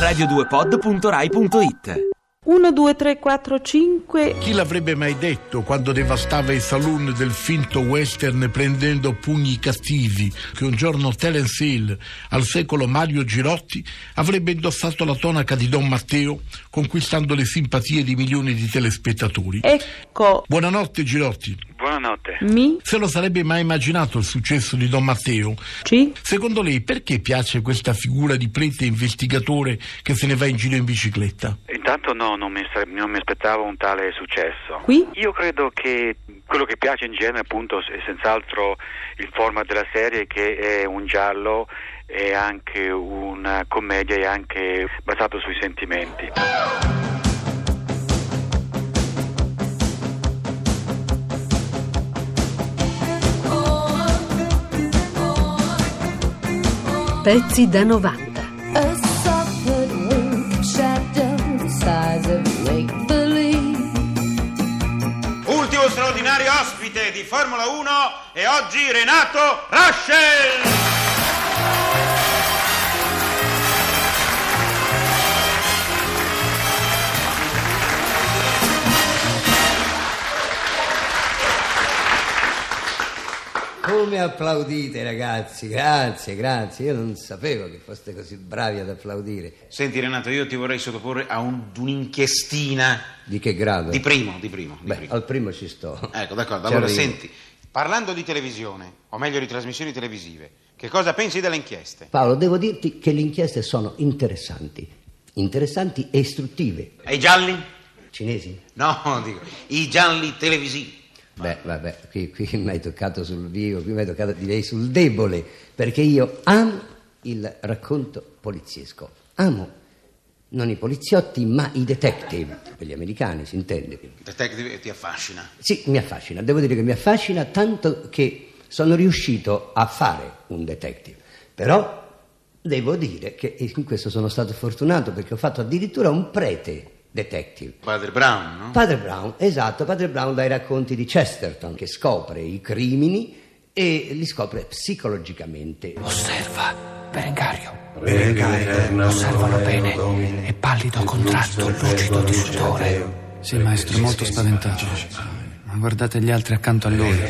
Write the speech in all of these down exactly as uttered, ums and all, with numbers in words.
radio due pod punto rai punto it. uno, due, tre, quattro, cinque. Chi l'avrebbe mai detto quando devastava i saloon del finto western prendendo pugni cattivi che un giorno Terence Hill, al secolo Mario Girotti, avrebbe indossato la tonaca di Don Matteo, conquistando le simpatie di milioni di telespettatori? Ecco. Buonanotte Girotti. Buonanotte. Mi? Se lo sarebbe mai immaginato il successo di Don Matteo? Sì. Secondo lei perché piace questa figura di prete investigatore che se ne va in giro in bicicletta? Intanto no, non mi, non mi aspettavo un tale successo. Qui? Io credo che quello che piace in genere appunto è senz'altro il format della serie, che è un giallo e anche una commedia e anche basato sui sentimenti. Pezzi da novanta. Ultimo straordinario ospite di Formula uno e oggi Renato Rascel. Come applaudite, ragazzi, grazie, grazie. Io non sapevo che foste così bravi ad applaudire. Senti Renato, io ti vorrei sottoporre a un, un'inchiestina. Di che grado? Di primo, di primo. Di Beh, primo. al primo ci sto. Ecco, d'accordo. Ci Allora, arrivo. senti, parlando di televisione, o meglio di trasmissioni televisive, che cosa pensi delle inchieste? Paolo, devo dirti che le inchieste sono interessanti. Interessanti e istruttive. E i gialli? Cinesi? No, dico, i gialli televisivi. Beh, vabbè, qui, qui mi hai toccato sul vivo, qui mi hai toccato, direi, sul debole, perché io amo il racconto poliziesco. Amo non i poliziotti, ma i detective, quelli americani, si intende. Detective ti affascina? Sì, mi affascina, devo dire che mi affascina tanto che sono riuscito a fare un detective. Però devo dire che in questo sono stato fortunato, perché ho fatto addirittura un prete detective. Padre Brown, no? Padre Brown, esatto, Padre Brown dai racconti di Chesterton, che scopre i crimini e li scopre psicologicamente. Osserva, Berengario. Berengario, osservalo bene, è pallido, contratto, lucido di sudore. Sì, maestro, è molto spaventato. Ma guardate gli altri accanto a lui.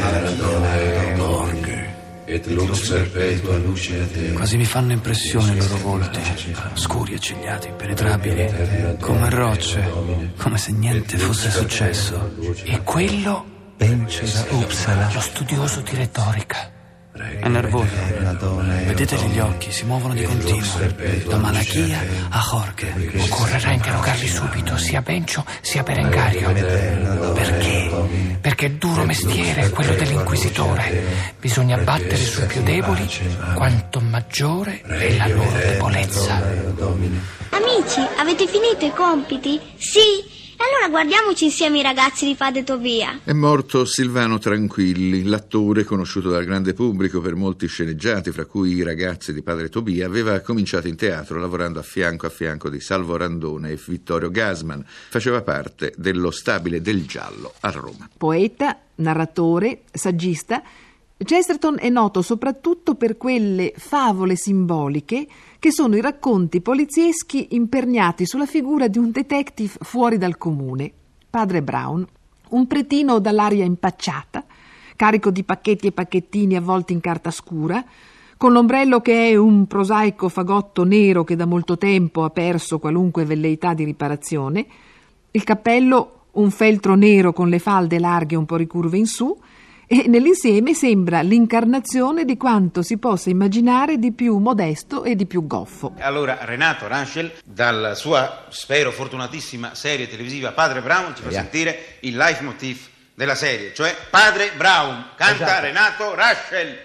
Et lux perpetua lucida te. Quasi mi fanno impressione i loro volti, scuri, accigliati, impenetrabili, come rocce, come se niente fosse successo. E quello? Pences Uppsala. Lo studioso di retorica. È nervoso. Vedeteli gli occhi, si muovono di continuo. Da Malachia a Jorge. Occorrerà interrogarli subito, sia Bencio sia Berengario. Perché? Perché è duro mestiere quello dell'inquisitore. Bisogna battere sui più deboli quanto maggiore è la loro debolezza. Amici, avete finito i compiti? Sì? Allora guardiamoci insieme i ragazzi di Padre Tobia. È morto Silvano Tranquilli, l'attore conosciuto dal grande pubblico per molti sceneggiati, fra cui I ragazzi di Padre Tobia. Aveva cominciato in teatro lavorando a fianco a fianco di Salvo Randone e Vittorio Gassman. Faceva parte dello stabile del giallo a Roma. Poeta, narratore, saggista, Chesterton è noto soprattutto per quelle favole simboliche che sono i racconti polizieschi imperniati sulla figura di un detective fuori dal comune, Padre Brown, un pretino dall'aria impacciata, carico di pacchetti e pacchettini avvolti in carta scura, con l'ombrello che è un prosaico fagotto nero che da molto tempo ha perso qualunque velleità di riparazione, il cappello un feltro nero con le falde larghe un po' ricurve in su, e nell'insieme sembra l'incarnazione di quanto si possa immaginare di più modesto e di più goffo. Allora Renato Rascel, dalla sua, spero, fortunatissima serie televisiva Padre Brown, ci fa Yeah. sentire il leitmotiv della serie, cioè Padre Brown. Canta Esatto. Renato Rascel.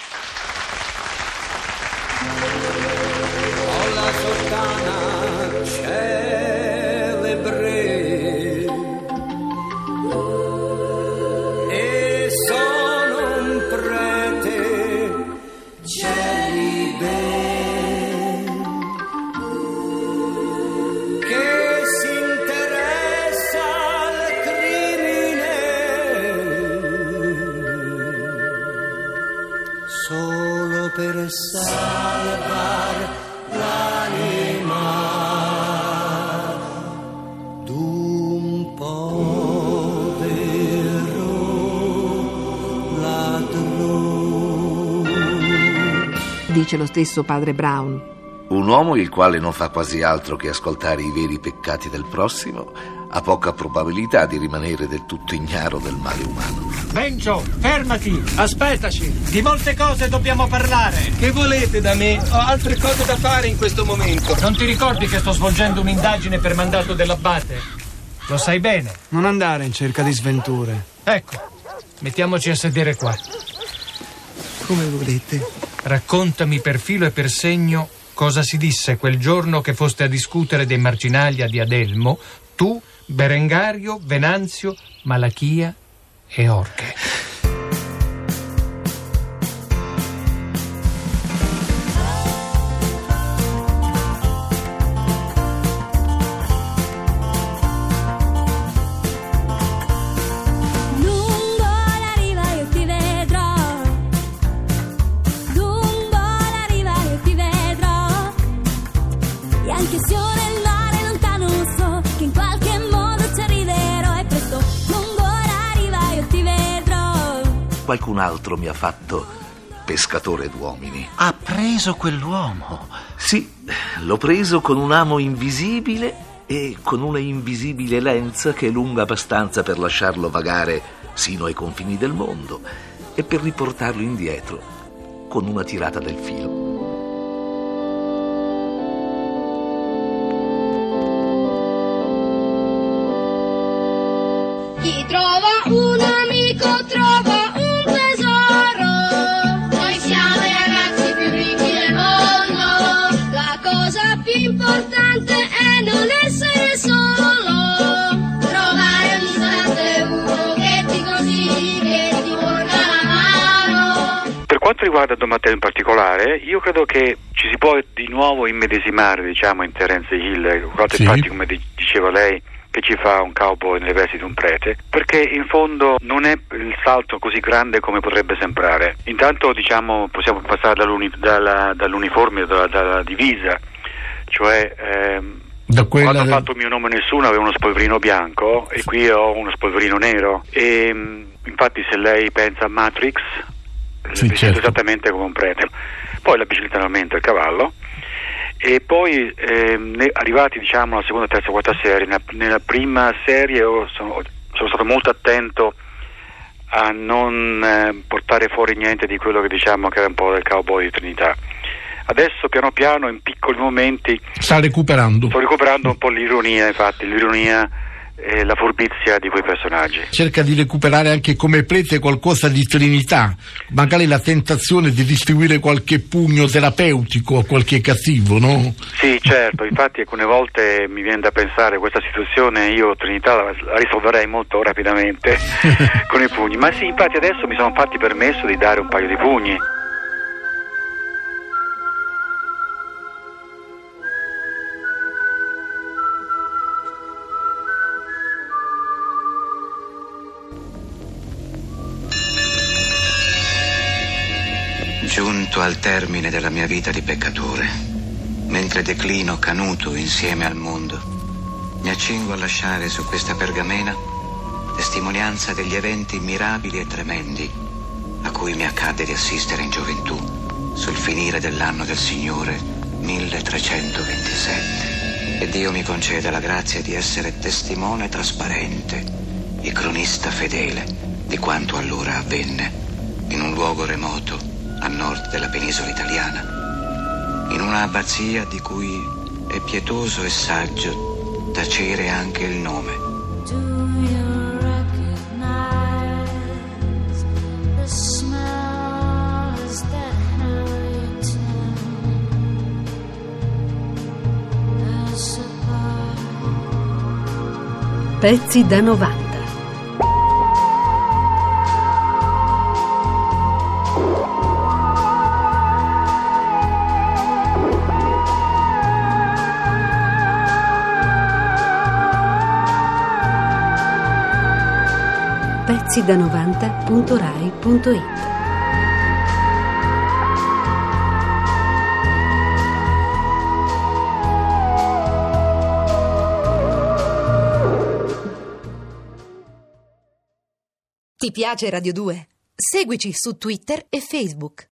Ho la sottana celebre e sono un prete celibe che si interessa al crimine solo per salvare l'anima. dice lo stesso padre Brown. Un uomo il quale non fa quasi altro che ascoltare i veri peccati del prossimo ha poca probabilità di rimanere del tutto ignaro del male umano. Bencio, fermati, aspettaci, di molte cose dobbiamo parlare. Che volete da me? Ho altre cose da fare in questo momento. Non ti ricordi che sto svolgendo un'indagine per mandato dell'abate? Lo sai bene. Non andare in cerca di sventure. Ecco, mettiamoci a sedere qua. Come volete. Raccontami per filo e per segno cosa si disse quel giorno che foste a discutere dei marginali di Adelmo, tu, Berengario, Venanzio, Malachia e Orche. Qualcun altro mi ha fatto pescatore d'uomini. Ha preso quell'uomo? Sì, l'ho preso con un amo invisibile e con una invisibile lenza che è lunga abbastanza per lasciarlo vagare sino ai confini del mondo e per riportarlo indietro con una tirata del filo. Chi trova un amico trova un tesoro. Noi siamo i ragazzi più ricchi del mondo. La cosa più importante è non essere solo. Trovare un istante uno che ti consigli, che ti porga la mano. Per quanto riguarda Don Matteo in particolare, io credo che ci si può di nuovo immedesimare, diciamo, in Terence Hill, quattro sì. infatti, come diceva lei, che ci fa un cowboy nelle vesti di un prete, perché in fondo non è il salto così grande come potrebbe sembrare. Intanto, diciamo, possiamo passare dall'uni, dalla, dall'uniforme, dalla, dalla divisa, cioè ehm, da quella quando ho del... fatto il mio nome nessuno avevo uno spolverino bianco e qui ho uno spolverino nero e infatti se lei pensa a Matrix, sì, è certo. esattamente come un prete. Poi la bicicletta normalmente, il cavallo. E poi eh, arrivati, diciamo, alla seconda, terza, quarta serie, nella, nella prima serie io sono, sono stato molto attento a non eh, portare fuori niente di quello che diciamo che era un po' del cowboy di Trinità. Adesso piano piano, in piccoli momenti, sta recuperando. Sto recuperando un po' l'ironia, infatti, l'ironia e la furbizia di quei personaggi. Cerca di recuperare anche come prete qualcosa di Trinità, magari la tentazione di distribuire qualche pugno terapeutico a qualche cattivo, no? Sì, certo, infatti alcune volte mi viene da pensare questa situazione io Trinità la, la risolverei molto rapidamente con i pugni, ma sì, infatti adesso mi sono infatti permesso di dare un paio di pugni. Giunto al termine della mia vita di peccatore, mentre declino canuto insieme al mondo, mi accingo a lasciare su questa pergamena testimonianza degli eventi mirabili e tremendi a cui mi accadde di assistere in gioventù, sul finire dell'anno del Signore milletrecentoventisette. E Dio mi conceda la grazia di essere testimone trasparente e cronista fedele di quanto allora avvenne in un luogo remoto a nord della penisola italiana, in una abbazia di cui è pietoso e saggio tacere anche il nome. Do you recognize the smells that Harriet has supplied? Pezzi da novanta. pezzi da novanta punto rai punto it. Ti piace Radio due? Seguici su Twitter e Facebook.